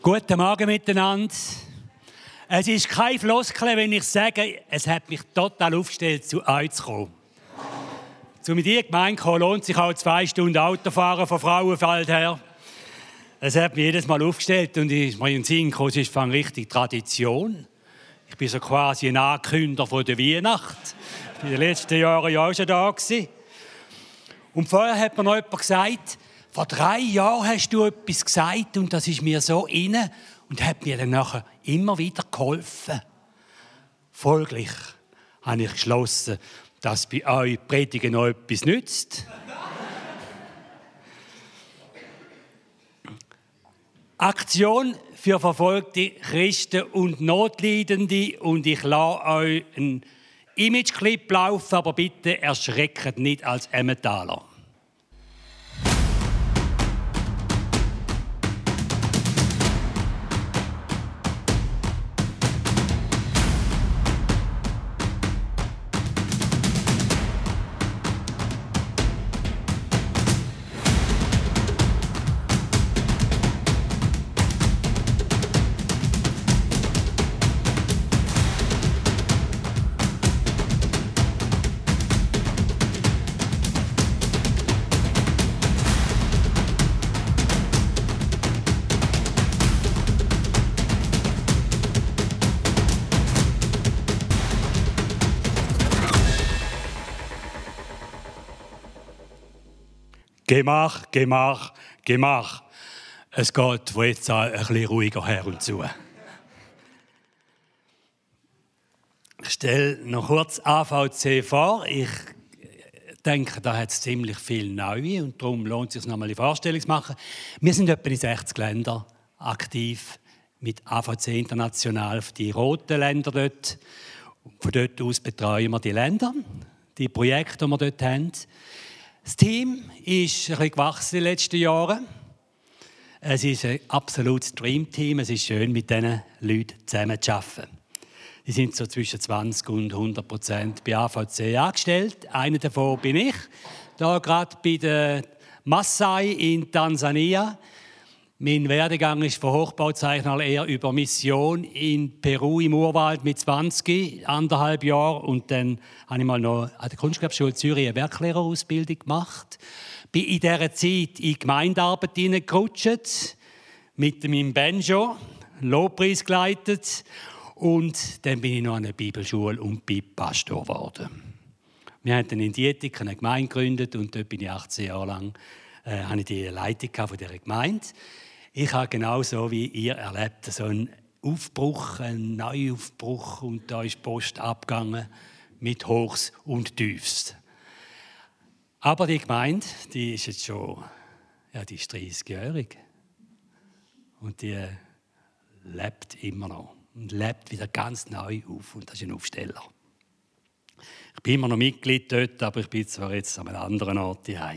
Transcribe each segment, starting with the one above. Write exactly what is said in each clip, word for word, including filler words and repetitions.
Guten Morgen miteinander. Es ist kein Floskel, wenn ich sage, es hat mich total aufgestellt, zu euch zu kommen. Zu mit ihr Gemeinde kommen, lohnt sich auch zwei Stunden Autofahren von Frauenfeld her. Es hat mich jedes Mal aufgestellt und ich mir in den Sinn gekommen, es ist eine richtige Tradition. Ich bin so quasi ein Ankünder von der Weihnacht. Ich war in den letzten Jahren ja auch schon da gewesen. Und vorher hat mir noch jemand gesagt, vor drei Jahren hast du etwas gesagt und das ist mir so inne und hat mir dann nachher immer wieder geholfen. Folglich habe ich geschlossen, dass bei euch Predigen noch etwas nützt. Aktion für verfolgte Christen und Notleidende und ich lasse euch einen Imageclip laufen, aber bitte erschreckt nicht als Emmentaler. Gemach, Gemach, Gemach. Es geht von jetzt an ein bisschen ruhiger her und zu. Ich stelle noch kurz A V C vor. Ich denke, da hat es ziemlich viel Neue und darum lohnt es sich, noch mal eine Vorstellung zu machen. Wir sind etwa in sechzig Ländern aktiv mit A V C international für die roten Länder dort. Von dort aus betreuen wir die Länder, die Projekte, die wir dort haben. Das Team ist ein bisschen gewachsen in den letzten Jahren. Es ist ein absolutes Dreamteam. Es ist schön, mit diesen Leuten zusammen zu arbeiten. Die sind so zwischen zwanzig und hundert Prozent bei A V C angestellt. Einer davon bin ich. Da gerade bei der Maasai in Tansania. Mein Werdegang ist von Hochbauzeichner eher über Mission in Peru im Urwald mit zwanzig, anderthalb Jahren. Und dann habe ich mal noch an der Kunstgewerbeschule Zürich eine Werklehrerausbildung gemacht. Bin in dieser Zeit in die Gemeindearbeit hineingerutscht, mit meinem Banjo, Lobpreis geleitet. Und dann bin ich noch an der Bibelschule und Bibelpastor geworden. Wir haben dann in Dietiken eine Gemeinde gegründet und dort bin ich achtzehn Jahre lang äh, hatte ich die Leitung von dieser Gemeinde. Ich habe genauso wie ihr erlebt, so einen Aufbruch, einen Neuaufbruch und da ist die Post abgegangen mit Hochs und Tiefs. Aber die Gemeinde, die ist jetzt schon, ja, die ist dreißigjährig und die lebt immer noch und lebt wieder ganz neu auf und das ist ein Aufsteller. Ich bin immer noch Mitglied dort, aber ich bin zwar jetzt an einem anderen Ort daheim.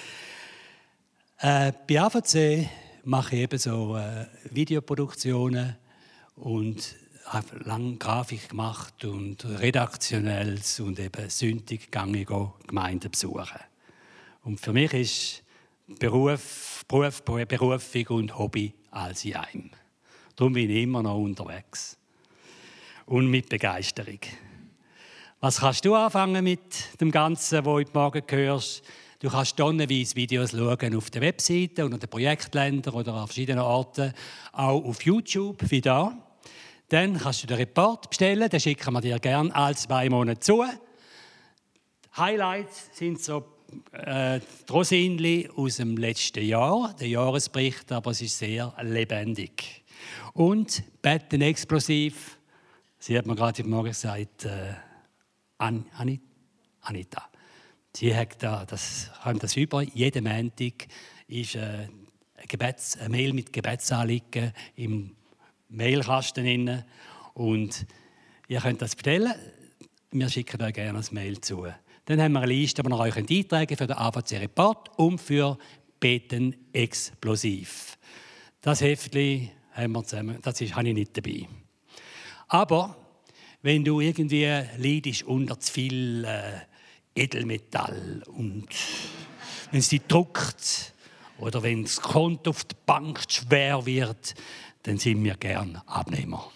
Äh, bei A V C mache ich eben so äh, Videoproduktionen und habe lange Grafik gemacht und redaktionelles und eben sündig gängige Gemeinden besuchen. Und für mich ist Beruf, Beruf, Berufung und Hobby alles in einem. Darum bin ich immer noch unterwegs. Und mit Begeisterung. Was kannst du anfangen mit dem Ganzen, was du heute Morgen hörst? Du kannst tonnenweise Videos schauen auf der Webseite und an den Projektländern oder an verschiedenen Orten, auch auf YouTube, wie da. Dann kannst du den Report bestellen, den schicken wir dir gerne alle zwei Monate zu. Die Highlights sind so äh, die Rosinli aus dem letzten Jahr, der Jahresbericht, aber es ist sehr lebendig. Und Betten explosiv, sie hat mir gerade heute Morgen gesagt, äh, An, Anit, Anita. Sie hat da, das, haben das über. Jeden Montag ist äh, ein, Gebets, ein Mail mit Gebetsanliegen im Mailkasten drin. Und ihr könnt das bestellen. Wir schicken euch gerne ein Mail zu. Dann haben wir eine Liste, die ihr euch eintragen könnt für den A V C-Report und für Beten explosiv. Das Heftchen haben wir zusammen, das ist, habe ich nicht dabei. Aber wenn du irgendwie leidest unter zu viel äh, Edelmetall und wenn es dich druckt oder wenn das Konto auf der Bank schwer wird, dann sind wir gern Abnehmer.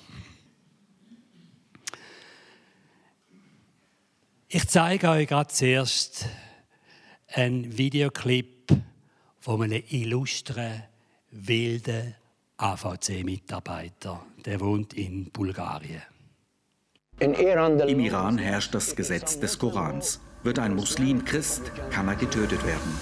Ich zeige euch gerade zuerst einen Videoclip von einem illustren, wilden A V C-Mitarbeiter. Der wohnt in Bulgarien. Im Iran herrscht das Gesetz des Korans. Wird ein Muslim Christ, kann er getötet werden.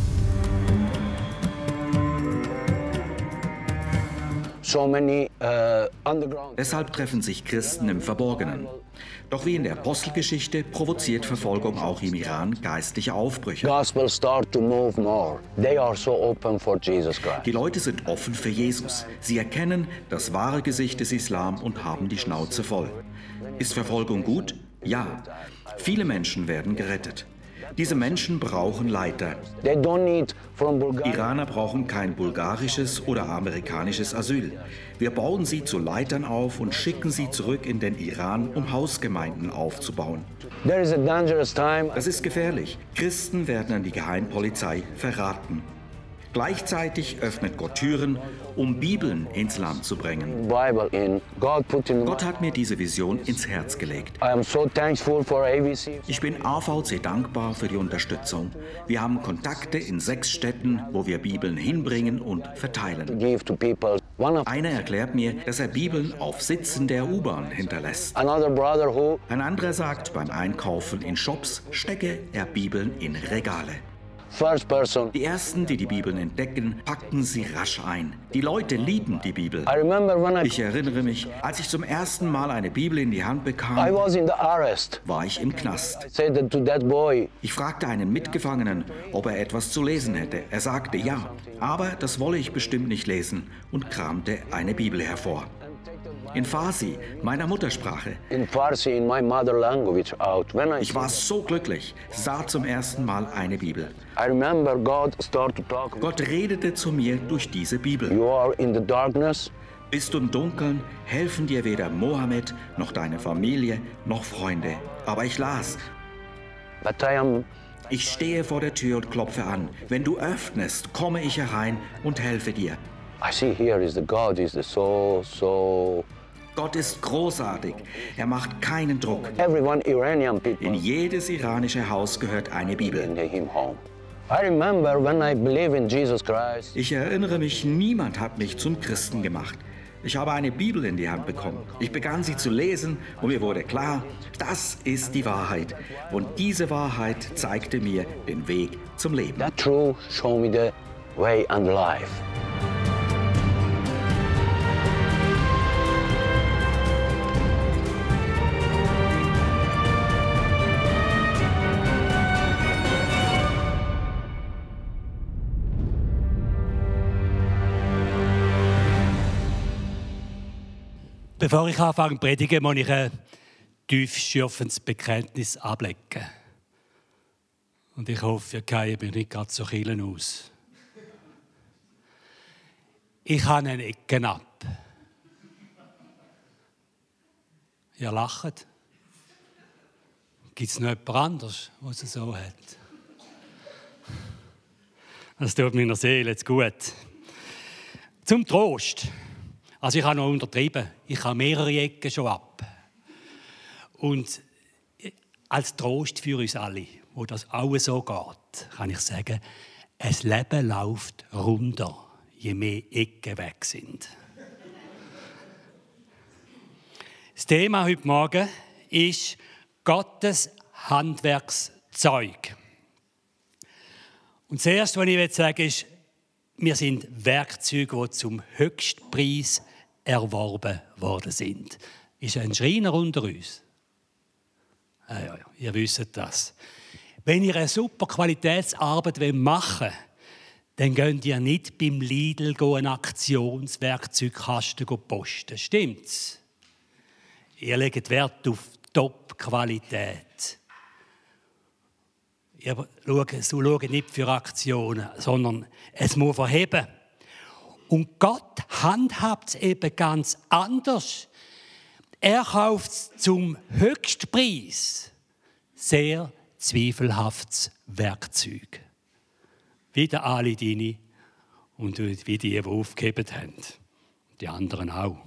So many, uh, underground... Deshalb treffen sich Christen im Verborgenen. Doch wie in der Apostelgeschichte provoziert Verfolgung auch im Iran geistliche Aufbrüche. Gospel start to move more. They are so open for Jesus Christ. Die Leute sind offen für Jesus. Sie erkennen das wahre Gesicht des Islam und haben die Schnauze voll. Ist Verfolgung gut? Ja. Viele Menschen werden gerettet. Diese Menschen brauchen Leiter. They don't need from Bulgaria. Iraner brauchen kein bulgarisches oder amerikanisches Asyl. Wir bauen sie zu Leitern auf und schicken sie zurück in den Iran, um Hausgemeinden aufzubauen. There is a dangerous time. Das ist gefährlich. Christen werden an die Geheimpolizei verraten. Gleichzeitig öffnet Gott Türen, um Bibeln ins Land zu bringen. Bible in God put in. Gott hat mir diese Vision ins Herz gelegt. I am so thankful for A V C. Ich bin A V C dankbar für die Unterstützung. Wir haben Kontakte in sechs Städten, wo wir Bibeln hinbringen und verteilen. Give to people. One of Einer erklärt mir, dass er Bibeln auf Sitzen der U-Bahn hinterlässt. another brother who Ein anderer sagt, beim Einkaufen in Shops stecke er Bibeln in Regale. first person. Die Ersten, die die Bibeln entdecken, packen sie rasch ein. Die Leute lieben die Bibel. I remember when I Ich erinnere mich, als ich zum ersten Mal eine Bibel in die Hand I bekam, was in the arrest. war ich im Knast. I said that to that boy. Ich fragte einen Mitgefangenen, ob er etwas zu lesen hätte. Er sagte ja, aber das wolle ich bestimmt nicht lesen und kramte eine Bibel hervor. In Farsi, meiner Muttersprache. In Farsi, in my mother language, out. When I Ich war so glücklich, sah zum ersten Mal eine Bibel. I remember God start to talk. Gott redete zu mir durch diese Bibel. You are in the darkness. Bist du im Dunkeln, helfen dir weder Mohammed, noch deine Familie, noch Freunde. Aber ich las, But I am. ich stehe vor der Tür und klopfe an. Wenn du öffnest, komme ich herein und helfe dir. I see here is the God is the so so. Gott ist großartig. Er macht keinen Druck. Everyone Iranian people In jedes iranische Haus gehört eine Bibel. in him home. I remember when I believe in Jesus Christ. Ich erinnere mich, niemand hat mich zum Christen gemacht. Ich habe eine Bibel in die Hand bekommen. Ich begann sie zu lesen und mir wurde klar, das ist die Wahrheit. Und diese Wahrheit zeigte mir den Weg zum Leben. That truth show me the way and life. Bevor ich anfange zu predigen, muss ich ein tiefschürfendes Bekenntnis ablegen. Und ich hoffe, ihr fallen mir nicht gerade so Kielen aus. Ich habe einen Ecken ab. Ihr lacht. Gibt es noch jemand anderes, der es so hat? Das tut meiner Seele jetzt gut. Zum Trost. Also ich habe noch untertrieben. Ich habe mehrere Ecken schon ab. Und als Trost für uns alle, wo das auch so geht, kann ich sagen, ein Leben läuft runter, je mehr Ecken weg sind. Das Thema heute Morgen ist Gottes Handwerkszeug. Und das Erste, was ich sagen will, ist, wir sind Werkzeuge, die zum Höchstpreis erworben worden sind. Ist ein Schreiner unter uns? Ah, ja, ja, ihr wisst das. Wenn ihr eine super Qualitätsarbeit machen wollt, dann geht ihr nicht beim Lidl einen Aktionswerkzeugkasten posten. Stimmt's? Ihr legt Wert auf Top-Qualität. Ihr schaut nicht für Aktionen, sondern es muss verheben. Und Gott handhabt es eben ganz anders. Er kauft es zum Höchstpreis. Sehr zweifelhaftes Werkzeug. Wie der alle deine und wie die, die aufgegeben haben. Die anderen auch.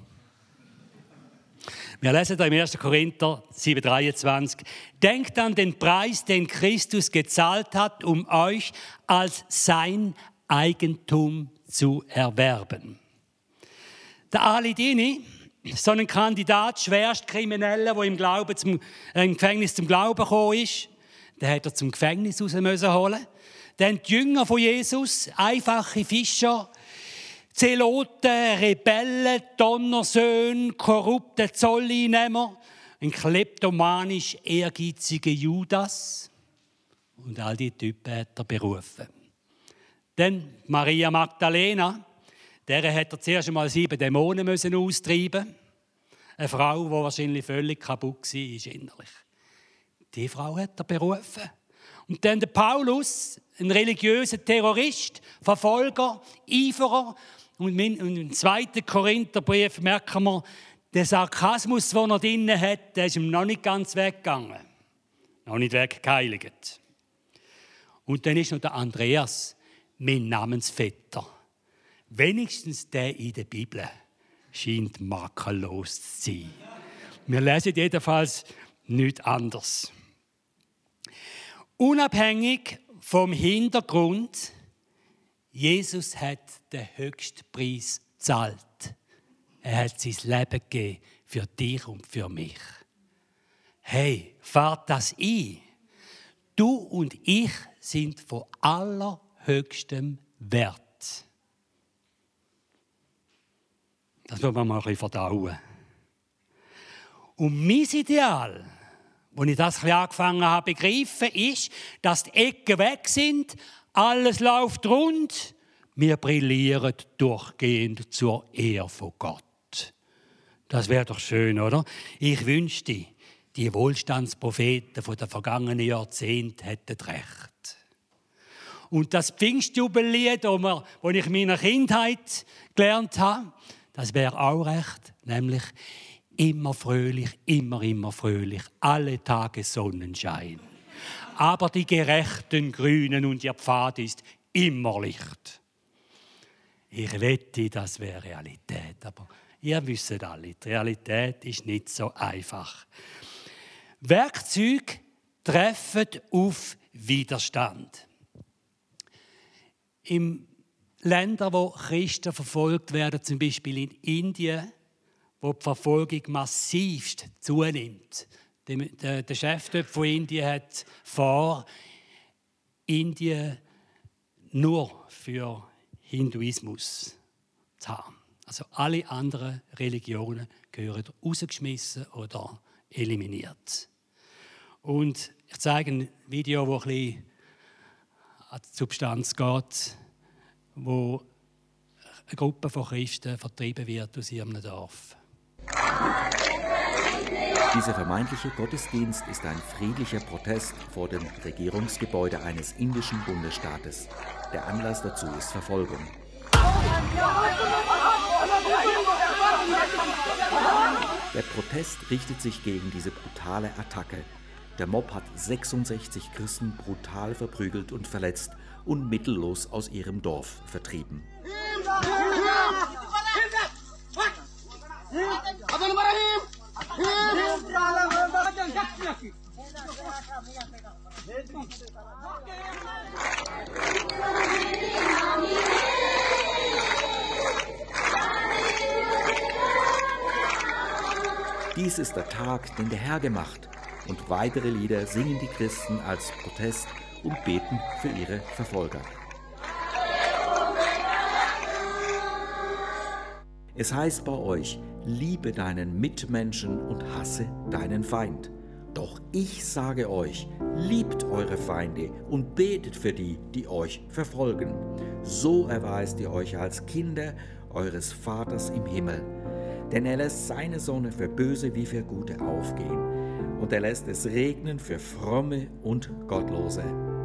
Wir lesen da im ersten Korinther sieben dreiundzwanzig. Denkt an den Preis, den Christus gezahlt hat, um euch als sein Eigentum zu erwerben. Der Ali Dini, so ein Kandidat, Schwerstkrimineller, der im, Glauben zum, äh, im Gefängnis zum Glauben gekommen ist, den hat er zum Gefängnis raus müssen holen. Dann die Jünger von Jesus, einfache Fischer, Zeloten, Rebellen, Donnersöhne, korrupte Zolleinnehmer, ein kleptomanisch ehrgeiziger Judas. Und all diese Typen hat er berufen. Dann Maria Magdalena, der hat er zuerst einmal sieben Dämonen müssen austreiben. Eine Frau, die wahrscheinlich völlig kaputt war innerlich. Die Frau hat er berufen. Und dann der Paulus, ein religiöser Terrorist, Verfolger, Eiferer. Und im zweiten Korintherbrief merken wir, der Sarkasmus, den er drin hat, der ist ihm noch nicht ganz weggegangen. Noch nicht weggeheiligt. Und dann ist noch der Andreas, mein Namensvetter. Wenigstens der in der Bibel scheint makellos zu sein. Wir lesen jedenfalls nichts anderes. Unabhängig vom Hintergrund, Jesus hat den höchsten Preis gezahlt. Er hat sein Leben gegeben für dich und für mich. Hey, fahrt das ein. Du und ich sind von allerhöchstem Wert. Das muss man mal ein bisschen verdauen. Und mein Ideal, als ich das ein bisschen angefangen habe zu begreifen, ist, dass die Ecken weg sind, alles läuft rund, wir brillieren durchgehend zur Ehre von Gott. Das wäre doch schön, oder? Ich wünschte, die Wohlstandspropheten von den vergangenen Jahrzehnten hätten recht. Und das Pfingstjubellied, das ich in meiner Kindheit gelernt habe, das wäre auch recht, nämlich immer fröhlich, immer, immer fröhlich, alle Tage Sonnenschein. Aber die gerechten Grünen und ihr Pfad ist immer Licht. Ich wette, das wäre Realität, aber ihr wisst alle, die Realität ist nicht so einfach. Werkzeuge treffen auf Widerstand. In Ländern, wo Christen verfolgt werden, zum Beispiel in Indien, wo die Verfolgung massivst zunimmt. Der Chef von Indien hat vor, Indien nur für Hinduismus zu haben. Also alle anderen Religionen gehören rausgeschmissen oder eliminiert. Und ich zeige ein Video, das ein bisschen an die Substanz geht, wo eine Gruppe von Christen vertrieben wird aus ihrem Dorf. Dieser vermeintliche Gottesdienst ist ein friedlicher Protest vor dem Regierungsgebäude eines indischen Bundesstaates. Der Anlass dazu ist Verfolgung. Der Protest richtet sich gegen diese brutale Attacke. Der Mob hat sechsundsechzig Christen brutal verprügelt und verletzt und mittellos aus ihrem Dorf vertrieben. Dies ist der Tag, den der Herr gemacht. Und weitere Lieder singen die Christen als Protest und beten für ihre Verfolger. Es heißt bei euch, liebe deinen Mitmenschen und hasse deinen Feind. Doch ich sage euch, liebt eure Feinde und betet für die, die euch verfolgen. So erweist ihr euch als Kinder eures Vaters im Himmel. Denn er lässt seine Sonne für Böse wie für Gute aufgehen. Und er lässt es regnen für Fromme und Gottlose.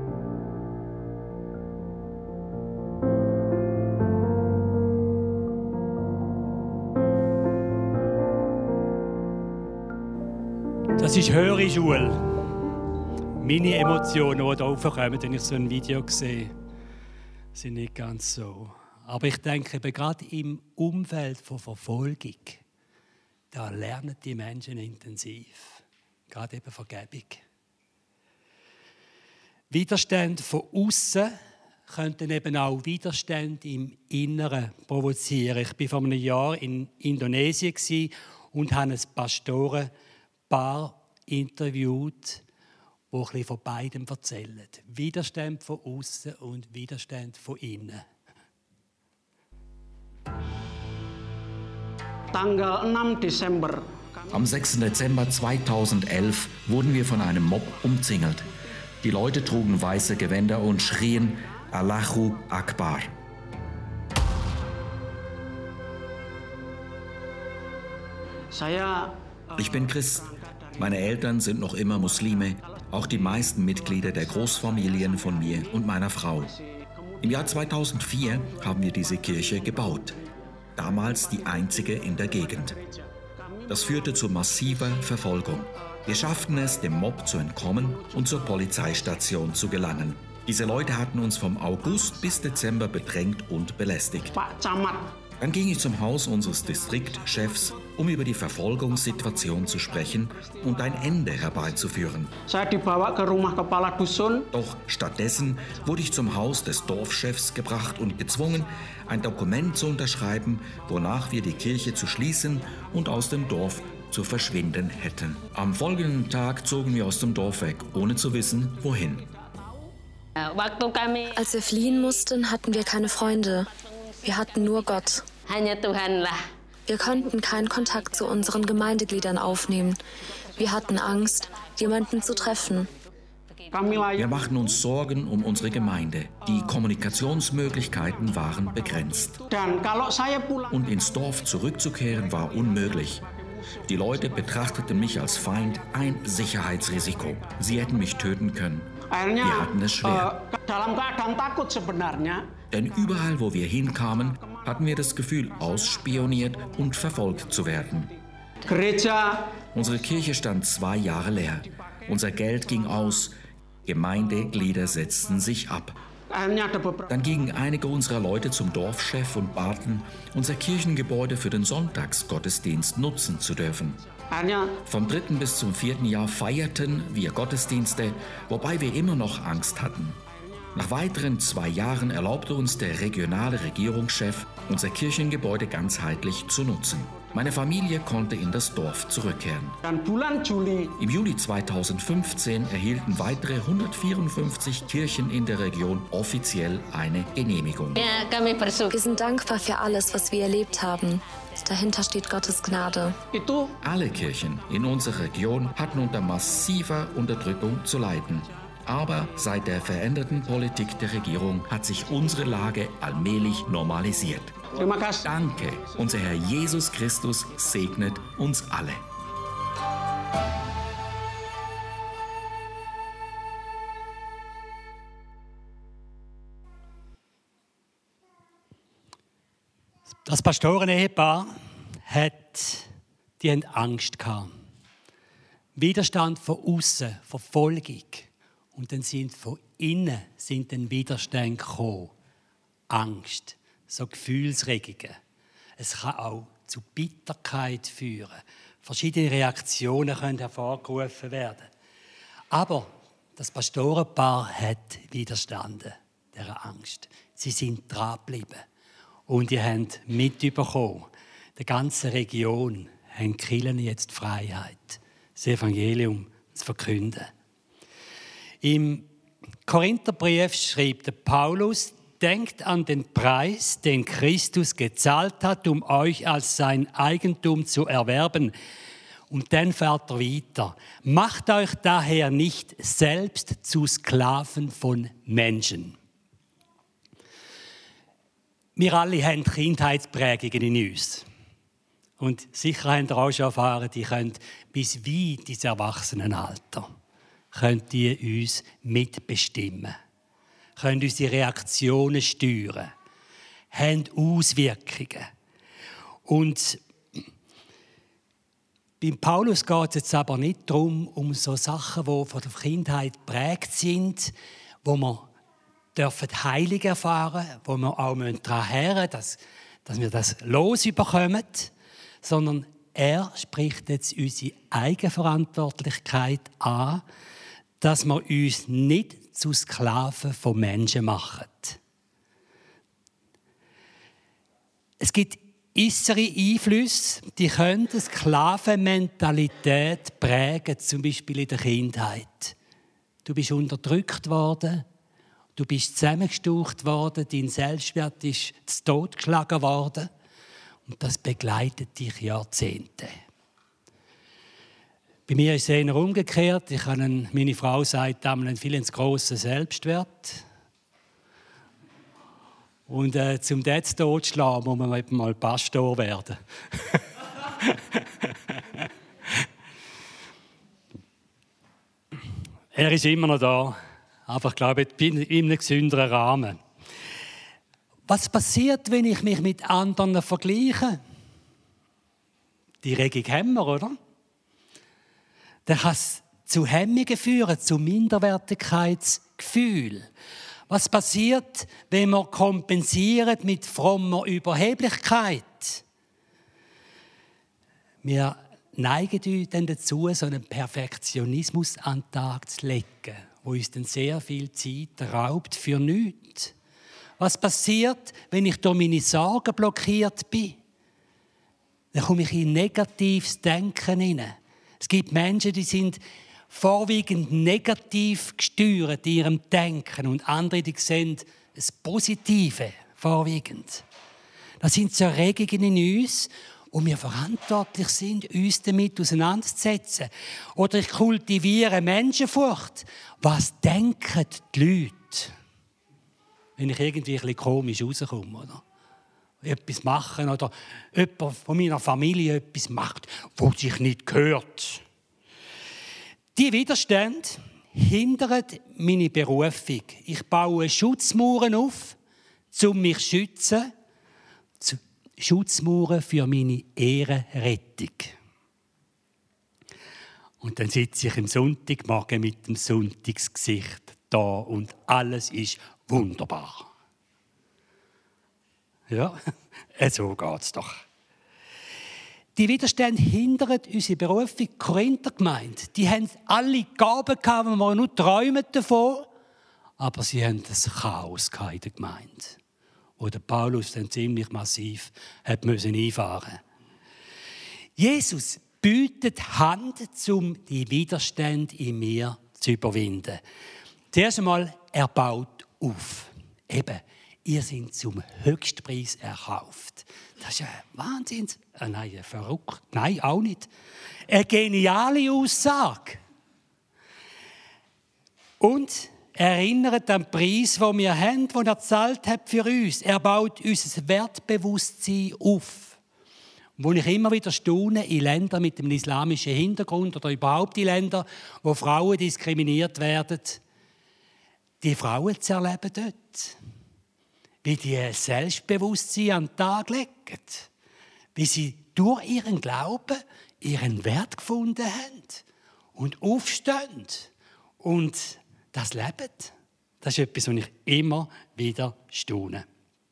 Das ist höhere Schule. Meine Emotionen, die da raufkommen, wenn ich so ein Video sehe, sind nicht ganz so. Aber ich denke, eben gerade im Umfeld von Verfolgung, da lernen die Menschen intensiv. Gerade eben Vergebung. Widerstände von außen könnten eben auch Widerstände im Inneren provozieren. Ich war vor einem Jahr in Indonesien und habe ein Pastorenpaar interviewt, die ein bisschen von beidem erzählen. Widerstände von außen und Widerstände von innen. Am sechsten Dezember zweitausendelf wurden wir von einem Mob umzingelt. Die Leute trugen weiße Gewänder und schrien Allahu Akbar. Ich bin Christ. Meine Eltern sind noch immer Muslime, auch die meisten Mitglieder der Großfamilien von mir und meiner Frau. Im Jahr zweitausendvier haben wir diese Kirche gebaut. Damals die einzige in der Gegend. Das führte zu massiver Verfolgung. Wir schafften es, dem Mob zu entkommen und zur Polizeistation zu gelangen. Diese Leute hatten uns vom August bis Dezember bedrängt und belästigt. Dann ging ich zum Haus unseres Distriktchefs, um über die Verfolgungssituation zu sprechen und ein Ende herbeizuführen. Doch stattdessen wurde ich zum Haus des Dorfchefs gebracht und gezwungen, ein Dokument zu unterschreiben, wonach wir die Kirche zu schließen und aus dem Dorf zu verschwinden hätten. Am folgenden Tag zogen wir aus dem Dorf weg, ohne zu wissen, wohin. Als wir fliehen mussten, hatten wir keine Freunde. Wir hatten nur Gott. Wir konnten keinen Kontakt zu unseren Gemeindegliedern aufnehmen. Wir hatten Angst, jemanden zu treffen. Wir machten uns Sorgen um unsere Gemeinde. Die Kommunikationsmöglichkeiten waren begrenzt. Und ins Dorf zurückzukehren war unmöglich. Die Leute betrachteten mich als Feind, ein Sicherheitsrisiko. Sie hätten mich töten können. Wir hatten es schwer. Denn überall, wo wir hinkamen, hatten wir das Gefühl, ausspioniert und verfolgt zu werden. Unsere Kirche stand zwei Jahre leer. Unser Geld ging aus. Gemeindeglieder setzten sich ab. Dann gingen einige unserer Leute zum Dorfchef und baten, unser Kirchengebäude für den Sonntagsgottesdienst nutzen zu dürfen. Vom dritten bis zum vierten Jahr feierten wir Gottesdienste, wobei wir immer noch Angst hatten. Nach weiteren zwei Jahren erlaubte uns der regionale Regierungschef, unser Kirchengebäude ganzheitlich zu nutzen. Meine Familie konnte in das Dorf zurückkehren. Im Juli zweitausendfünfzehn erhielten weitere hundertvierundfünfzig Kirchen in der Region offiziell eine Genehmigung. Wir sind dankbar für alles, was wir erlebt haben. Dahinter steht Gottes Gnade. Alle Kirchen in unserer Region hatten unter massiver Unterdrückung zu leiden. Aber seit der veränderten Politik der Regierung hat sich unsere Lage allmählich normalisiert. Danke, unser Herr Jesus Christus segnet uns alle. Das Pastoren-Ehepaar hat, die haben Angst gehabt. Widerstand von außen, Verfolgung. Und dann sind von innen sind dann Widerstände gekommen. Angst, so Gefühlsregungen. Es kann auch zu Bitterkeit führen. Verschiedene Reaktionen können hervorgerufen werden. Aber das Pastorenpaar hat widerstanden dieser Angst. Sie sind dran geblieben. Und die haben mitbekommen, der ganzen Region haben die Kirchen jetzt die Freiheit, das Evangelium zu verkünden. Im Korintherbrief schreibt Paulus, denkt an den Preis, den Christus gezahlt hat, um euch als sein Eigentum zu erwerben. Und dann fährt er weiter. Macht euch daher nicht selbst zu Sklaven von Menschen. Wir alle haben Kindheitsprägungen in uns. Und sicher habt ihr auch schon erfahren, die können bis weit ins Erwachsenenalter können die uns mitbestimmen, können unsere Reaktionen steuern, haben Auswirkungen. Und beim Paulus geht es jetzt aber nicht darum, um so Sachen, die von der Kindheit geprägt sind, wo man dürfen Heilung erfahren, wo wir auch daran her, dass, dass wir das losbekommen, sondern er spricht jetzt unsere Eigenverantwortlichkeit an, dass wir uns nicht zu Sklaven von Menschen machen. Es gibt äußere Einflüsse, die können die Sklavenmentalität prägen, zum Beispiel in der Kindheit. Du bist unterdrückt worden, du bist zusammengestaucht worden, dein Selbstwert ist zu Tod geschlagen worden und das begleitet dich Jahrzehnte. Bei mir ist es eher umgekehrt. Ich habe einen, meine Frau sagt, einen viel zu grossen Selbstwert. Und äh, zum das zu Tod zu schlagen, muss man eben mal Pastor werden. Er ist immer noch da, aber ich glaube, in einem gesünderen Rahmen. Was passiert, wenn ich mich mit anderen vergleiche? Die Regung haben wir, oder? Dann kann es zu Hemmungen führen, zu Minderwertigkeitsgefühl. Was passiert, wenn wir kompensieren mit frommer Überheblichkeit? Wir neigen uns dann dazu, so einen Perfektionismus an den Tag zu legen, wo uns dann sehr viel Zeit raubt für nichts. Was passiert, wenn ich durch meine Sorgen blockiert bin? Dann komme ich in negatives Denken hinein. Es gibt Menschen, die sind vorwiegend negativ gesteuert in ihrem Denken und andere, die sehen das Positive vorwiegend. Das sind so Regungen in uns, wo wir verantwortlich sind, uns damit auseinanderzusetzen. Oder ich kultiviere Menschenfurcht. Was denken die Leute, wenn ich irgendwie ein bisschen komisch rauskomme, oder? Etwas machen oder jemand von meiner Familie etwas macht, was sich nicht gehört. Die Widerstände hindern meine Berufung. Ich baue Schutzmauern auf, um mich zu schützen. Schutzmauern für meine Ehrenrettung. Und dann sitze ich am Sonntagmorgen mit dem Sonntagsgesicht da und alles ist wunderbar. Ja, so geht es doch. Die Widerstände hindern unsere Berufung. Die Korinther Gemeinde, die haben alle Gaben gehabt, die wir nur träumen davon, aber sie haben das Chaos in der Gemeinde, wo der Paulus dann ziemlich massiv hat müssen einfahren. Jesus bietet Hand, um die Widerstände in mir zu überwinden. Zuerst einmal, er baut auf. Eben, ihr seid zum Höchstpreis erkauft. Das ist ein Wahnsinn. Ah, nein, verrückt. Nein, auch nicht. Eine geniale Aussage. Und erinnert an den Preis, den wir haben, den er gezahlt hat für uns. Er baut unser Wertbewusstsein auf. Wo ich immer wieder staune, in Ländern mit einem islamischen Hintergrund oder überhaupt in Ländern, wo Frauen diskriminiert werden, die Frauen zu erleben dort. Wie die Selbstbewusstsein an den Tag legen. Wie sie durch ihren Glauben ihren Wert gefunden haben und aufstehen und das leben. Das ist etwas, was ich immer wieder staune.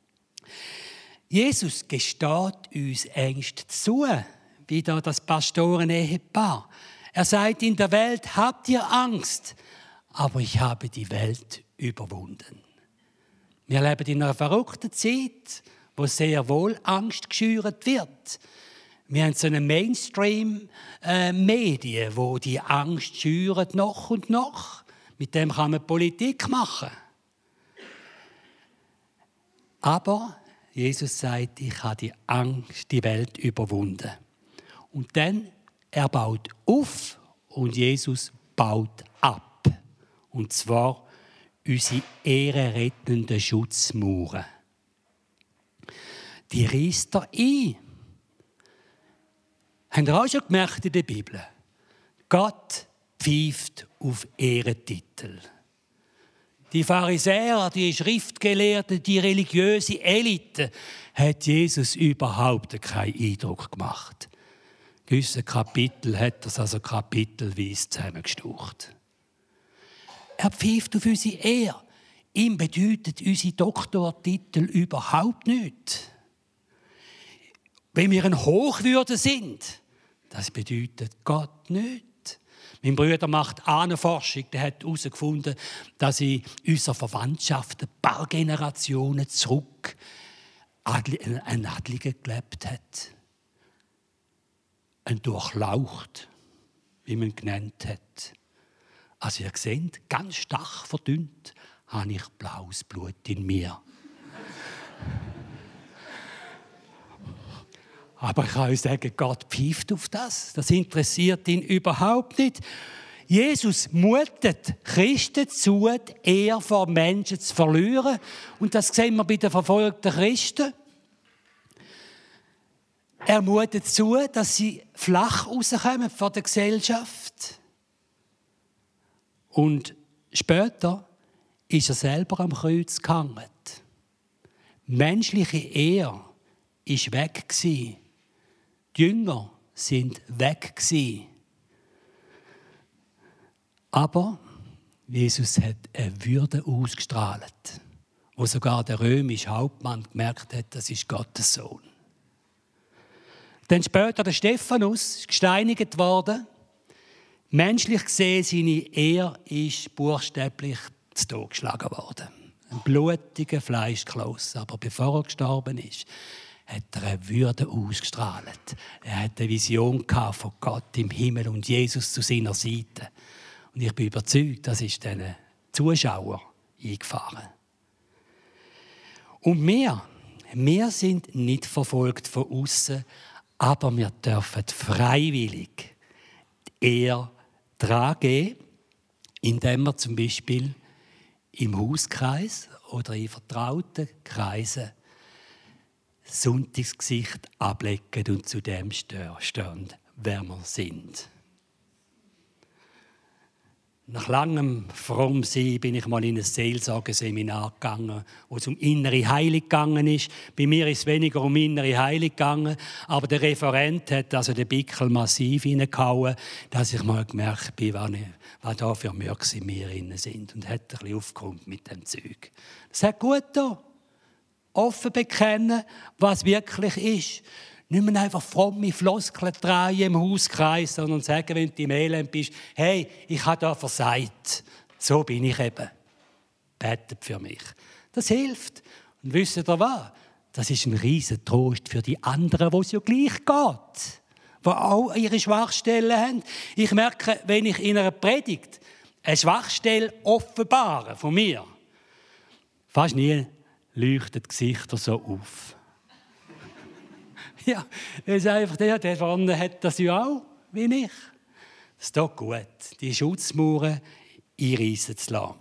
Jesus gesteht uns Ängste zu, wie da das Pastoren-Ehepaar. Er sagt, in der Welt habt ihr Angst, aber ich habe die Welt überwunden. Wir leben in einer verrückten Zeit, wo sehr wohl Angst geschürt wird. Wir haben so eine Mainstream-Medien, wo die Angst schüren noch und noch. Mit dem kann man Politik machen. Aber Jesus sagt, ich habe die Angst, die Welt überwunden. Und dann, er baut auf und Jesus baut ab. Und zwar unsere ehrenrettenden Schutzmauern. Die reißt er ein. Habt ihr auch schon gemerkt in der Bibel? Gott pfeift auf Ehrentitel. Die Pharisäer, die Schriftgelehrten, die religiöse Elite hat Jesus überhaupt keinen Eindruck gemacht. In gewissen Kapitel hat er also kapitelweise zusammengestaucht. Er pfeift auf unsere Ehre. Ihm bedeutet unsere Doktortitel überhaupt nichts. Wenn wir ein Hochwürde sind, das bedeutet Gott nicht. Mein Bruder macht Ahnenforschung, der hat herausgefunden, dass in unserer Verwandtschaft ein paar Generationen zurück ein Adliger gelebt hat. Ein Durchlaucht, wie man ihn genannt hat. Also ihr seht, ganz stark verdünnt, habe ich blaues Blut in mir. Aber ich kann euch sagen, Gott pfeift auf das. Das interessiert ihn überhaupt nicht. Jesus mutet Christen zu, die Ehre vor Menschen zu verlieren. Und das sehen wir bei den verfolgten Christen. Er mutet zu, dass sie flach rauskommen vor der Gesellschaft. Und später ist er selber am Kreuz gehangen. Menschliche Ehre war weg. Die Jünger sind weg. Aber Jesus hat eine Würde ausgestrahlt, wo sogar der römische Hauptmann gemerkt hat, das ist Gottes Sohn. Dann später der Stephanus ist gesteinigt worden. Menschlich gesehen, seine Ehre ist buchstäblich zu Tode geschlagen worden. Ein blutiger Fleischkloß. Aber bevor er gestorben ist, hat er eine Würde ausgestrahlt. Er hatte eine Vision von Gott im Himmel und Jesus zu seiner Seite. Und ich bin überzeugt, das ist diesen Zuschauern eingefahren. Und wir, wir sind nicht verfolgt von außen, aber wir dürfen freiwillig die Ehre tragen, indem wir zum Beispiel im Hauskreis oder in vertrauten Kreisen Sonntagsgesicht ablegen und zu dem stehen, wer wir sind. Nach langem Frommsein bin ich mal in ein Seelsorgeseminar gegangen, wo es um innere Heilung gegangen ist. Bei mir ist es weniger um innere Heilung gegangen, aber der Referent hat also den Bickel massiv reingehauen, dass ich mal gemerkt habe, was da für Mürks in mir drin sind. Und hat ein bisschen aufgeräumt mit dem Zeug. Das hat gut getan. Offen bekennen, was wirklich ist. Nicht mehr einfach fromme Floskeln drehen im Hauskreis, sondern sagen, wenn du im Elend bist, hey, ich habe da versagt. So bin ich eben. Betet für mich. Das hilft. Und wisst ihr was? Das ist ein riesen Trost für die anderen, wo es ja gleich geht. Die auch ihre Schwachstellen haben. Ich merke, wenn ich in einer Predigt eine Schwachstelle offenbare von mir, fast nie leuchten die Gesichter so auf. Ja, es ist einfach der, der vorne hat das ja auch, wie ich. Es ist doch gut, die Schutzmauern einreissen zu lassen.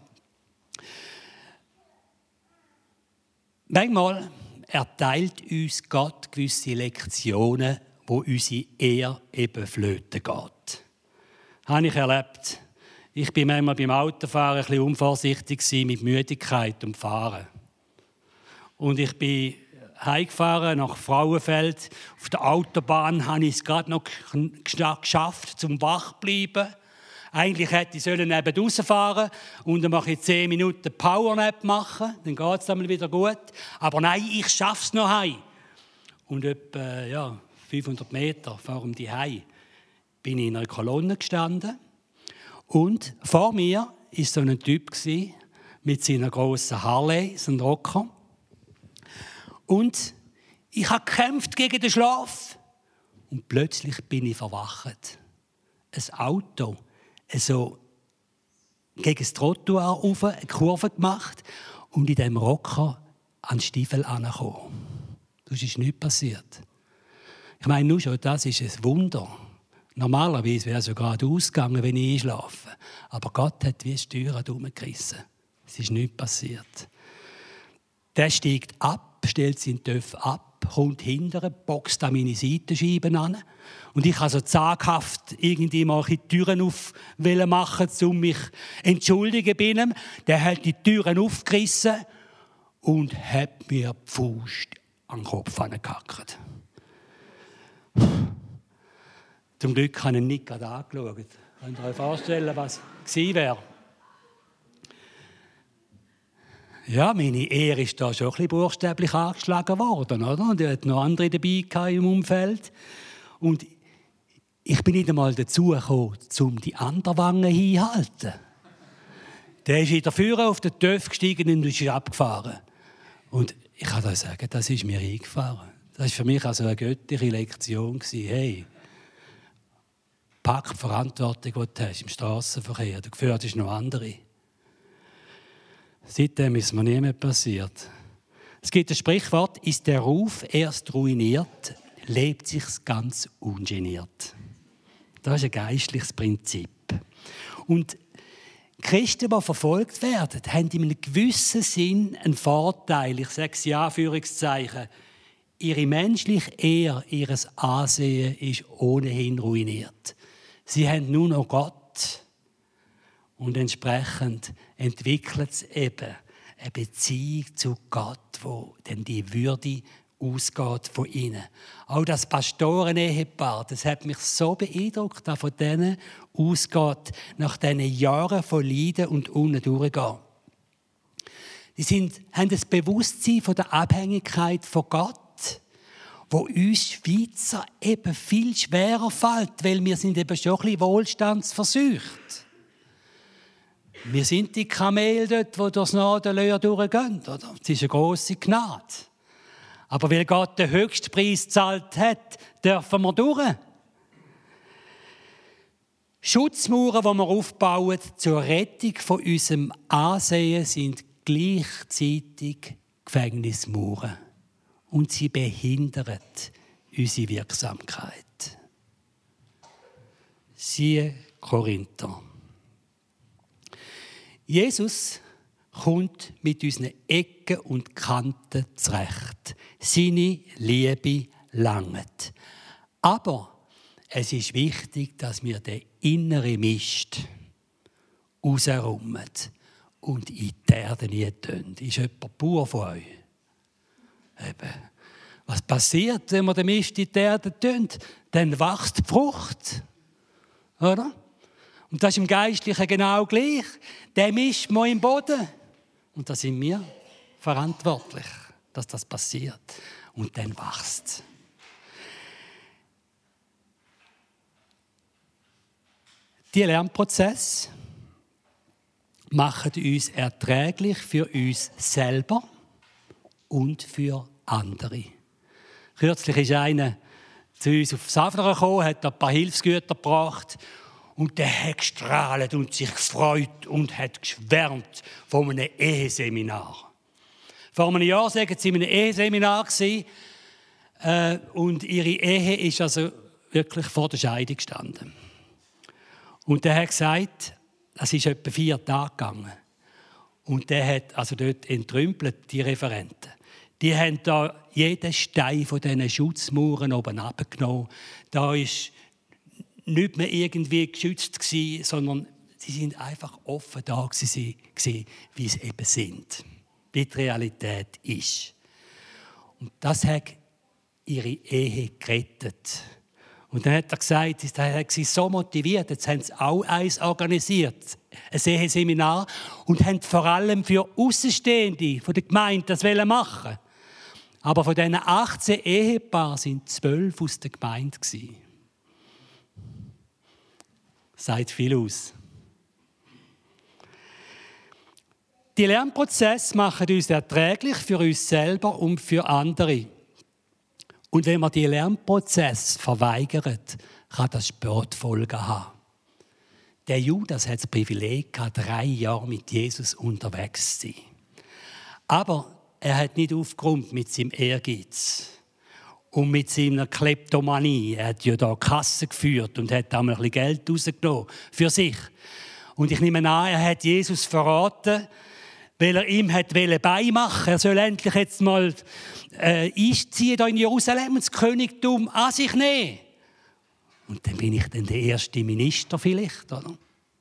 Manchmal erteilt uns Gott gewisse Lektionen, wo unsere Ehre eben flöten geht. Das habe ich erlebt. Ich war manchmal beim Autofahren ein bisschen unvorsichtig mit Müdigkeit und Fahren. Und ich bin heimgefahren nach Frauenfeld. Auf der Autobahn habe ich es gerade noch geschafft, zum wach zu bleiben. Eigentlich hätte ich neben rausfahren und dann mache ich zehn Minuten Powernap machen. Dann geht es dann wieder gut. Aber nein, ich schaffe es noch heim. Und etwa ja, fünfhundert Meter vor dem Zuhause bin ich in einer Kolonne gestanden. Und vor mir war so ein Typ mit seiner grossen Harley, so ein Rocker. Und ich habe gekämpft gegen den Schlaf. Und plötzlich bin ich verwacht. Ein Auto, so gegen das Trottoir rauf, eine Kurve gemacht und in diesem Rocker an den Stiefel angekommen. Das ist nichts passiert. Ich meine, nur schon das ist ein Wunder. Normalerweise wäre es ja gerade ausgegangen, wenn ich einschlafe. Aber Gott hat wie Steuern herumgerissen. Es ist nichts passiert. Der steigt ab, stellt seinen Töff ab, kommt hinterher, boxt an meine Seitenscheiben an. Und ich habe so zaghaft irgendwie mal die Türen auf machen, um mich zu entschuldigen bei ihm. Der hat die Türen aufgerissen und hat mir die Faust an den Kopf angehackt. Zum Glück habe ich ihn nicht gerade angeschaut. Könnt ihr euch vorstellen, was gewesen wäre? Ja, meine Ehe ist da schon ein bisschen buchstäblich angeschlagen worden, oder? Und er hat noch andere dabei im Umfeld. Und ich bin nicht einmal dazu gekommen, um die andere Wange hinzuhalten. Der ist wieder vorne auf den Töpf gestiegen und ist abgefahren. Und ich kann euch sagen, das ist mir eingefahren. Das war für mich also eine göttliche Lektion. Hey, pack die Verantwortung, die du hast im Strassenverkehr. Du gefährdest noch andere. Seitdem ist mir nie mehr passiert. Es gibt ein Sprichwort: Ist der Ruf erst ruiniert, lebt sich's ganz ungeniert. Das ist ein geistliches Prinzip. Und Christen, die verfolgt werden, haben in einem gewissen Sinn einen Vorteil. Ich sage es in Anführungszeichen. Ihre menschliche Ehre, ihr Ansehen ist ohnehin ruiniert. Sie haben nur noch Gott. Und entsprechend entwickelt es eben eine Beziehung zu Gott, wo dann die Würde ausgeht von ihnen. Auch das Pastoren-Ehepaar, das hat mich so beeindruckt, dass von denen ausgeht, nach diesen Jahren von Leiden und unten durchgehen. Die sind, haben das Bewusstsein von der Abhängigkeit von Gott, wo uns Schweizer eben viel schwerer fällt, weil wir sind eben schon ein bisschen wohlstandsversucht. Wir sind die Kamele dort, die durchs Nadelöhr durchgehen. Oder? Das ist eine grosse Gnade. Aber weil Gott den höchsten Preis gezahlt hat, dürfen wir durch. Schutzmauern, die wir aufbauen zur Rettung von unserem Ansehen, sind gleichzeitig Gefängnismauern. Und sie behindern unsere Wirksamkeit. Siehe Korinther. Jesus kommt mit unseren Ecken und Kanten zurecht. Seine Liebe langt. Aber es ist wichtig, dass wir den inneren Mist rausräumen und in die Erde nicht tun. Ist jemand pur von euch? Eben. Was passiert, wenn wir den Mist in die Erde tun? Dann wächst die Frucht. Oder? Und das ist im Geistlichen genau gleich. Der Mist muss im Boden. Und da sind wir verantwortlich, dass das passiert. Und dann wächst. Die Lernprozesse machen uns erträglich für uns selber und für andere. Kürzlich ist einer zu uns auf Safnern gekommen, hat ein paar Hilfsgüter gebracht und der hat gestrahlt und sich gefreut und hat geschwärmt von einem Eheseminar. Vor einem Jahr waren sie in einem Eheseminar äh, und ihre Ehe ist also wirklich vor der Scheidung gestanden. Und der hat gesagt, das ist etwa vier Tage gegangen. Und der hat also dort entrümpelt, die Referenten. Die haben da jeden Stein von diesen Schutzmauern oben abgenommen. Da war nicht mehr irgendwie geschützt gewesen, sondern sie sind einfach offen da gewesen, wie sie eben sind, wie die Realität ist. Und das hat ihre Ehe gerettet. Und dann hat er gesagt, er hat sie so motiviert, jetzt haben sie auch eins organisiert, ein Eheseminar, und haben vor allem für Außenstehende von der Gemeinde das machen. Aber von diesen achtzehn Ehepaaren sind zwölf aus der Gemeinde. Das sagt viel aus. Die Lernprozesse machen uns erträglich für uns selber und für andere. Und wenn man die Lernprozess verweigert, kann das Spätfolgen haben. Der Judas hat das Privileg gehabt, drei Jahre mit Jesus unterwegs zu sein. Aber er hat nicht aufgeräumt mit seinem Ehrgeiz und mit seiner Kleptomanie. Er hat ja da Kasse geführt und hat da mal ein bisschen Geld rausgenommen für sich. Und ich nehme an, er hat Jesus verraten, weil er ihm beimachen wollte. Er soll endlich jetzt mal äh, einziehen hier in Jerusalem und das Königtum an sich nehmen. Und dann bin ich dann der erste Minister vielleicht. Oder?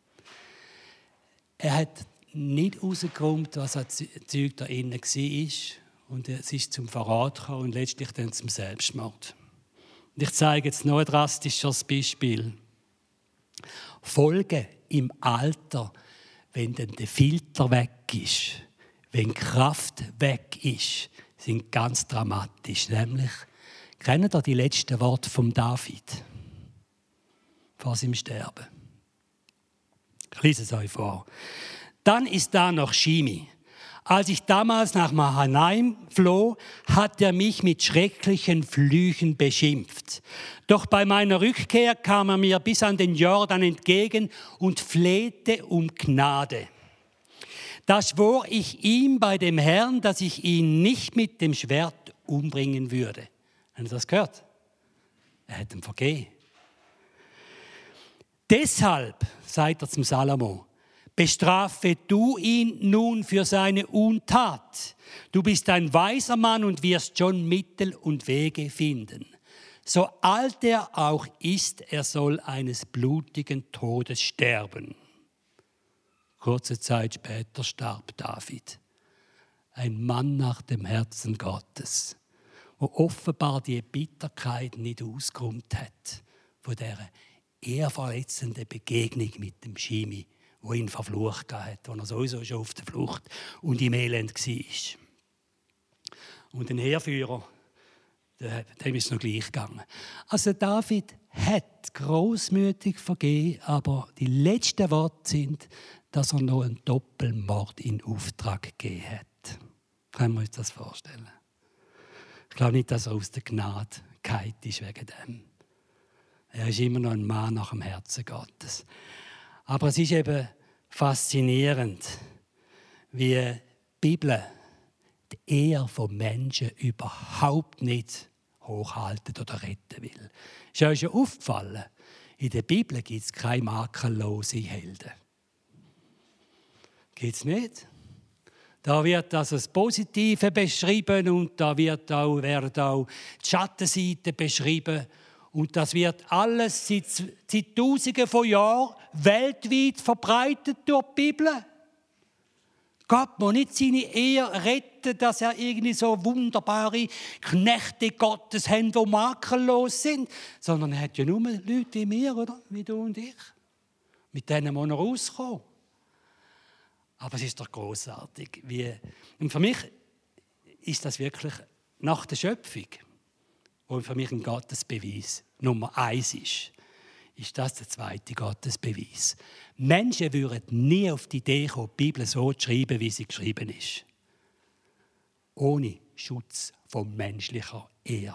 Er hat nicht rausgeräumt, was an Zeug da innen war. Und es ist zum Verrat gekommen und letztlich dann zum Selbstmord. Und ich zeige jetzt noch ein drastischeres Beispiel. Folgen im Alter, wenn dann der Filter weg ist, wenn Kraft weg ist, sind ganz dramatisch. Nämlich, kennt ihr die letzten Worte von David vor seinem Sterben? Ich lese es euch vor. Dann ist da noch Shimi. Als ich damals nach Mahanaim floh, hat er mich mit schrecklichen Flüchen beschimpft. Doch bei meiner Rückkehr kam er mir bis an den Jordan entgegen und flehte um Gnade. Da schwor ich ihm bei dem Herrn, dass ich ihn nicht mit dem Schwert umbringen würde. Habt ihr das gehört? Er hat ihm vergeben. Deshalb, sagt er zum Salomo, bestrafe du ihn nun für seine Untat. Du bist ein weiser Mann und wirst schon Mittel und Wege finden. So alt er auch ist, er soll eines blutigen Todes sterben. Kurze Zeit später starb David. Ein Mann nach dem Herzen Gottes, wo offenbar die Bitterkeit nicht ausgeräumt hat von dieser ehrverletzenden Begegnung mit dem Shimi, wo ihn verflucht hat, wo er sowieso schon auf der Flucht und im Elend war. Und ein Heerführer, dem ist es noch gleich gegangen. Also David hat grossmütig vergeben, aber die letzten Worte sind, dass er noch einen Doppelmord in Auftrag gegeben hat. Können wir uns das vorstellen? Ich glaube nicht, dass er aus der Gnade gefallen ist wegen dem. Er ist immer noch ein Mann nach dem Herzen Gottes. Aber es ist eben faszinierend, wie die Bibel die Ehre von Menschen überhaupt nicht hochhalten oder retten will. Ist euch schon aufgefallen? In der Bibel gibt es keine makellose Helden. Gibt es nicht? Da wird also das Positive beschrieben und da wird auch, werden auch die Schattenseiten beschrieben. Und das wird alles seit, seit Tausenden von Jahren weltweit verbreitet durch die Bibel. Gott muss nicht seine Ehe retten, dass er irgendwie so wunderbare Knechte Gottes hat, die makellos sind. Sondern er hat ja nur Leute wie wir, oder? Wie du und ich. Mit denen muss er rauskommen. Aber es ist doch grossartig. Wie und für mich ist das wirklich nach der Schöpfung, wo für mich ein Gottesbeweis Nummer eins ist, ist das der zweite Gottesbeweis. Menschen würden nie auf die Idee kommen, die Bibel so zu schreiben, wie sie geschrieben ist. Ohne Schutz von menschlicher Ehre.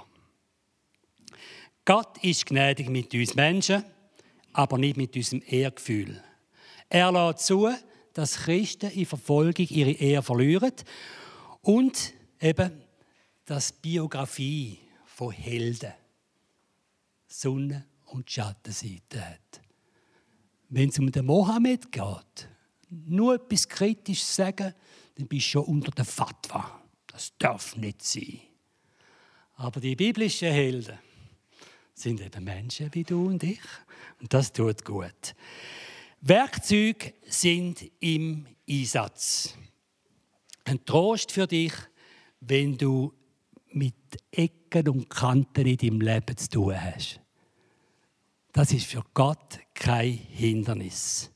Gott ist gnädig mit uns Menschen, aber nicht mit unserem Ehrgefühl. Er lässt zu, dass Christen in Verfolgung ihre Ehre verlieren und eben, dass Biografie von Helden Sonne- und Schattenseite hat. Wenn es um den Mohammed geht, nur etwas Kritisches sagen, dann bist du schon unter der Fatwa. Das darf nicht sein. Aber die biblischen Helden sind eben Menschen wie du und ich. Und das tut gut. Werkzeuge sind im Einsatz. Ein Trost für dich, wenn du mit Ecken und Kanten in deinem Leben zu tun hast. Das ist für Gott kein Hindernis.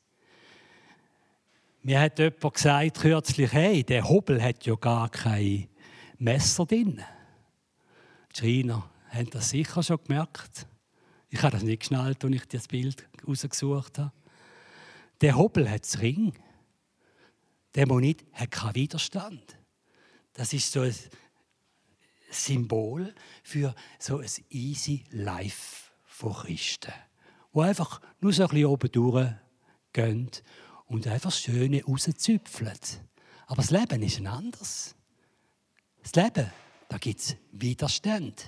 Mir hat jemand gesagt kürzlich, hey, der Hobel hat ja gar kein Messer drin. Die Schreiner haben das sicher schon gemerkt. Ich habe das nicht geschnallt, als ich das Bild rausgesucht habe. Der Hobel hat das Ring. Der Monit hat keinen Widerstand. Das ist so ein Symbol für so ein easy Life von Christen, wo einfach nur so ein bisschen oben durchgehen und einfach das Schöne rauszüpfeln. Aber das Leben ist ein anderes. Das Leben, da gibt es Widerstand.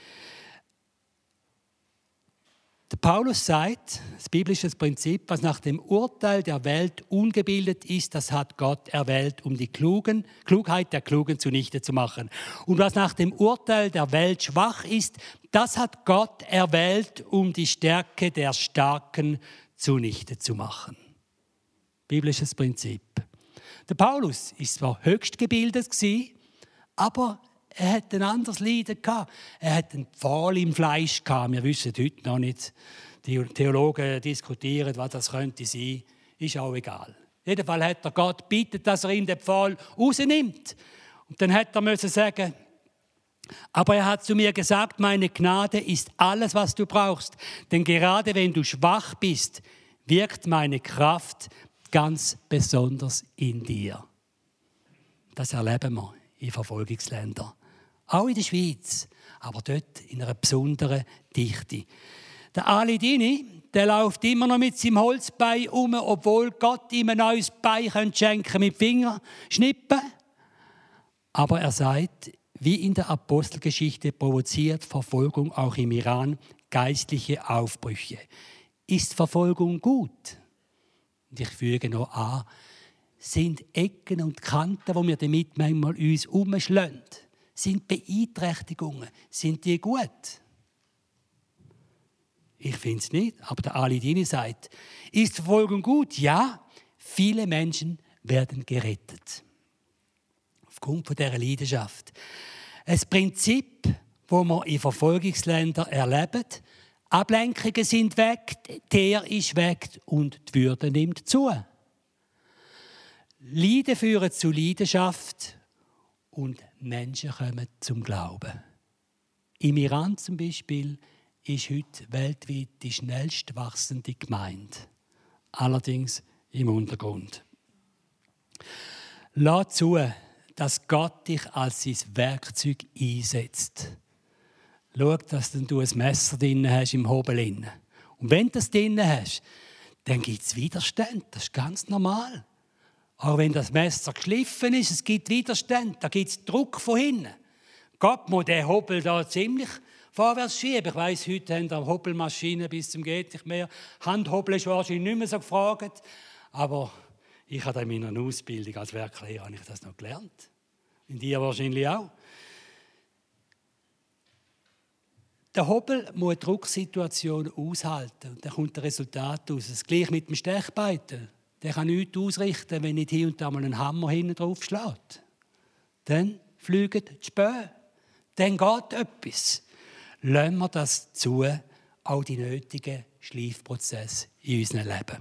Der Paulus sagt, das biblische Prinzip, was nach dem Urteil der Welt ungebildet ist, das hat Gott erwählt, um die Klugen, Klugheit der Klugen zunichte zu machen. Und was nach dem Urteil der Welt schwach ist, das hat Gott erwählt, um die Stärke der Starken zunichte zu machen. Biblisches Prinzip. Der Paulus ist zwar höchst gebildet gewesen, aber er hat ein anderes Leiden gehabt. Er hat einen Pfahl im Fleisch gehabt. Wir wissen heute noch nicht. Die Theologen diskutieren, was das könnte sein. Ist auch egal. Jedenfalls hat er Gott gebeten, dass er ihn den Pfahl rausnimmt. Und dann hat er müssen sagen, aber er hat zu mir gesagt, meine Gnade ist alles, was du brauchst. Denn gerade wenn du schwach bist, wirkt meine Kraft ganz besonders in dir. Das erleben wir in Verfolgungsländern. Auch in der Schweiz, aber dort in einer besonderen Dichte. Der Ali Dini, der läuft immer noch mit seinem Holzbein um, obwohl Gott ihm ein neues Bein schenken könnte mit Fingerschnippen. Aber er sagt, wie in der Apostelgeschichte provoziert Verfolgung auch im Iran geistliche Aufbrüche. Ist Verfolgung gut? Und ich füge noch an, sind Ecken und Kanten, wo wir damit manchmal uns umschlagen, sind Beeinträchtigungen, sind die gut? Ich finde es nicht, aber der Ali Dini sagt, ist Verfolgung gut? Ja, viele Menschen werden gerettet. Aufgrund von dieser Leidenschaft. Ein Prinzip, das wir in Verfolgungsländern erleben. Ablenkungen sind weg, der ist weg und die Würde nimmt zu. Leiden führen zu Leidenschaft und Menschen kommen zum Glauben. Im Iran zum Beispiel ist heute weltweit die schnellst wachsende Gemeinde. Allerdings im Untergrund. Lass zu, dass Gott dich als sein Werkzeug einsetzt. Schau, dass du ein Messer drin hast im Hobel. Und wenn du das drin hast, dann gibt es Widerstand. Das ist ganz normal. Auch wenn das Messer geschliffen ist, es gibt Widerstand. Da gibt es Druck von hinten. Gott muss den Hobel da ziemlich vorwärts schieben. Ich weiss, heute haben wir Hobelmaschinen bis zum geht nicht mehr. Handhobel ist wahrscheinlich nicht mehr so gefragt. Aber ich habe in meiner Ausbildung als Werklehrer habe ich das noch gelernt. In dir wahrscheinlich auch. Der Hobel muss eine Drucksituation aushalten. Und dann kommt ein Resultat aus. Das gleiche mit dem Stechbeiten. Der kann nichts ausrichten, wenn nicht hier und da mal ein Hammer hinten drauf schlägt. Dann fliegen die Späne. Dann geht etwas. Lassen wir das zu, auch die nötigen Schleifprozesse in unserem Leben.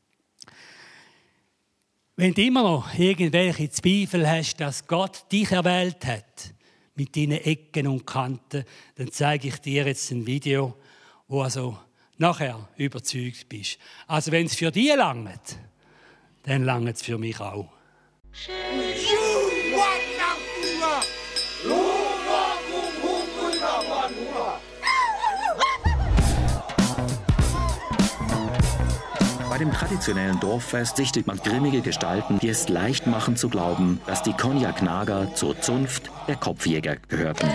Wenn du immer noch irgendwelche Zweifel hast, dass Gott dich erwählt hat, mit deinen Ecken und Kanten, dann zeige ich dir jetzt ein Video, wo also nachher überzeugt bist. Also wenn es für dich langt, dann langt es für mich auch. Bei dem traditionellen Dorffest sichtet man grimmige Gestalten, die es leicht machen zu glauben, dass die Konyak-Nager zur Zunft der Kopfjäger gehörten.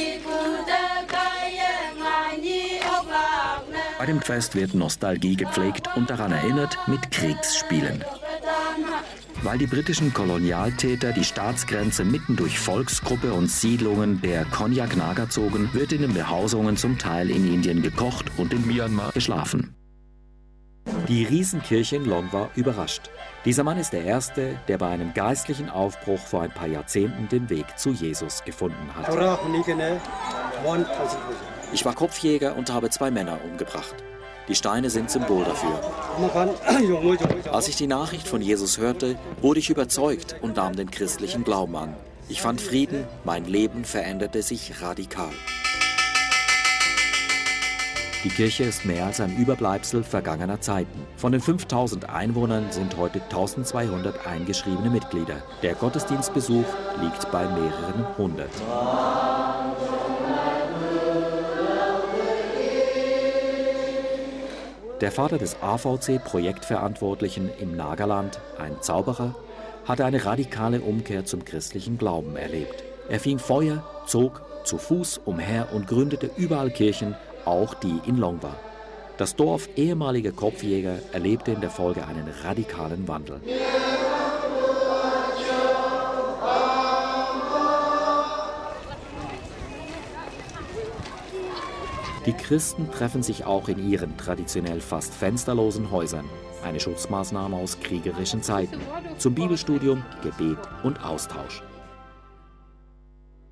Bei dem Fest wird Nostalgie gepflegt und daran erinnert mit Kriegsspielen. Weil die britischen Kolonialtäter die Staatsgrenze mitten durch Volksgruppe und Siedlungen der Konyak-Nager zogen, wird in den Behausungen zum Teil in Indien gekocht und in Myanmar geschlafen. Die Riesenkirche in Longwa überrascht. Dieser Mann ist der Erste, der bei einem geistlichen Aufbruch vor ein paar Jahrzehnten den Weg zu Jesus gefunden hat. Ich war Kopfjäger und habe zwei Männer umgebracht. Die Steine sind Symbol dafür. Als ich die Nachricht von Jesus hörte, wurde ich überzeugt und nahm den christlichen Glauben an. Ich fand Frieden, mein Leben veränderte sich radikal. Die Kirche ist mehr als ein Überbleibsel vergangener Zeiten. Von den fünftausend Einwohnern sind heute eintausendzweihundert eingeschriebene Mitglieder. Der Gottesdienstbesuch liegt bei mehreren hundert. Der Vater des A V C-Projektverantwortlichen im Nagaland, ein Zauberer, hatte eine radikale Umkehr zum christlichen Glauben erlebt. Er fing Feuer, zog zu Fuß umher und gründete überall Kirchen, auch die in Longwa. Das Dorf ehemaliger Kopfjäger erlebte in der Folge einen radikalen Wandel. Die Christen treffen sich auch in ihren traditionell fast fensterlosen Häusern, eine Schutzmaßnahme aus kriegerischen Zeiten, zum Bibelstudium, Gebet und Austausch.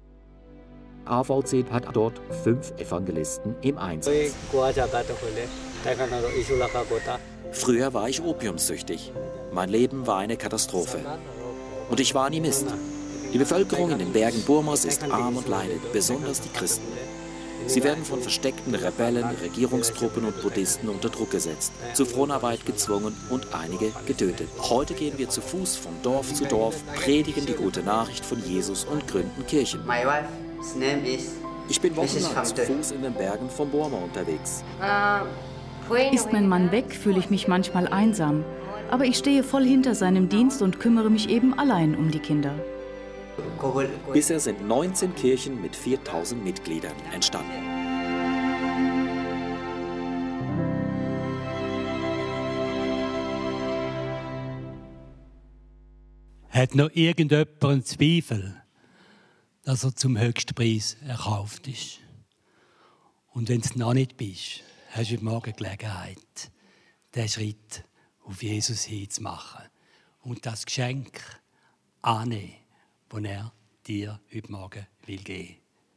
A V C hat dort fünf Evangelisten im Einsatz. Früher war ich opiumsüchtig. Mein Leben war eine Katastrophe. Und ich war Animist. Die Bevölkerung in den Bergen Burmas ist arm und leidet, besonders die Christen. Sie werden von versteckten Rebellen, Regierungstruppen und Buddhisten unter Druck gesetzt, zur Fronarbeit gezwungen und einige getötet. Heute gehen wir zu Fuß von Dorf zu Dorf, predigen die gute Nachricht von Jesus und gründen Kirchen. Ich bin wochenlang zu Fuß in den Bergen von Burma unterwegs. Ist mein Mann weg, fühle ich mich manchmal einsam. Aber ich stehe voll hinter seinem Dienst und kümmere mich eben allein um die Kinder. Bisher sind neunzehn Kirchen mit viertausend Mitgliedern entstanden. Hat noch irgendjemand einen Zweifel, dass er zum höchsten Preis erkauft ist? Und wenn du noch nicht bist, hast du heute Morgen Gelegenheit, diesen Schritt auf Jesus hinzumachen und das Geschenk annehmen, das er dir heute Morgen will geben.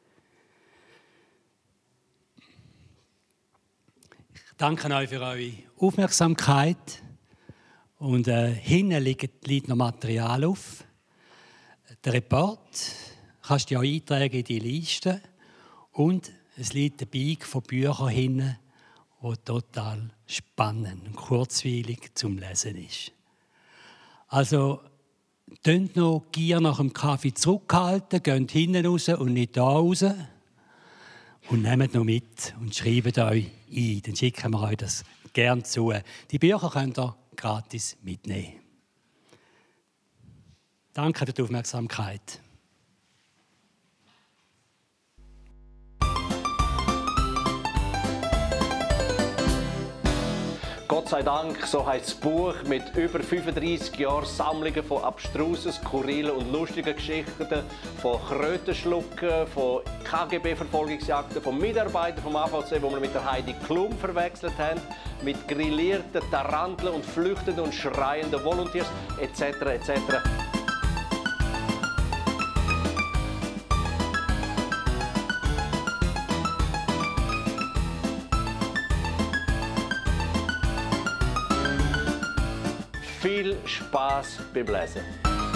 Ich danke euch für eure Aufmerksamkeit. Und äh, hinten liegt, liegt noch Material auf. Der Report kannst du ja eintragen in die Liste. Und es liegt ein Bike von Büchern hinten, die total spannend und kurzweilig zum Lesen ist. Also, könnt noch Gier nach dem Kaffee zurückhalten, geht hinten raus und nicht da raus. Und nehmt noch mit und schreibt euch ein. Dann schicken wir euch das gerne zu. Die Bücher könnt ihr gratis mitnehmen. Danke für die Aufmerksamkeit. Gott sei Dank, so heisst das Buch mit über fünfunddreissig Jahren Sammlungen von abstrusen, skurrilen und lustigen Geschichten, von Krötenschlucken, von K G B-Verfolgungsjagden, von Mitarbeitern vom A V C, die wir mit der Heidi Klum verwechselt haben, mit grillierten Taranteln und flüchtenden und schreienden Volunteers et cetera et cetera. Viel Spaß beim Lesen.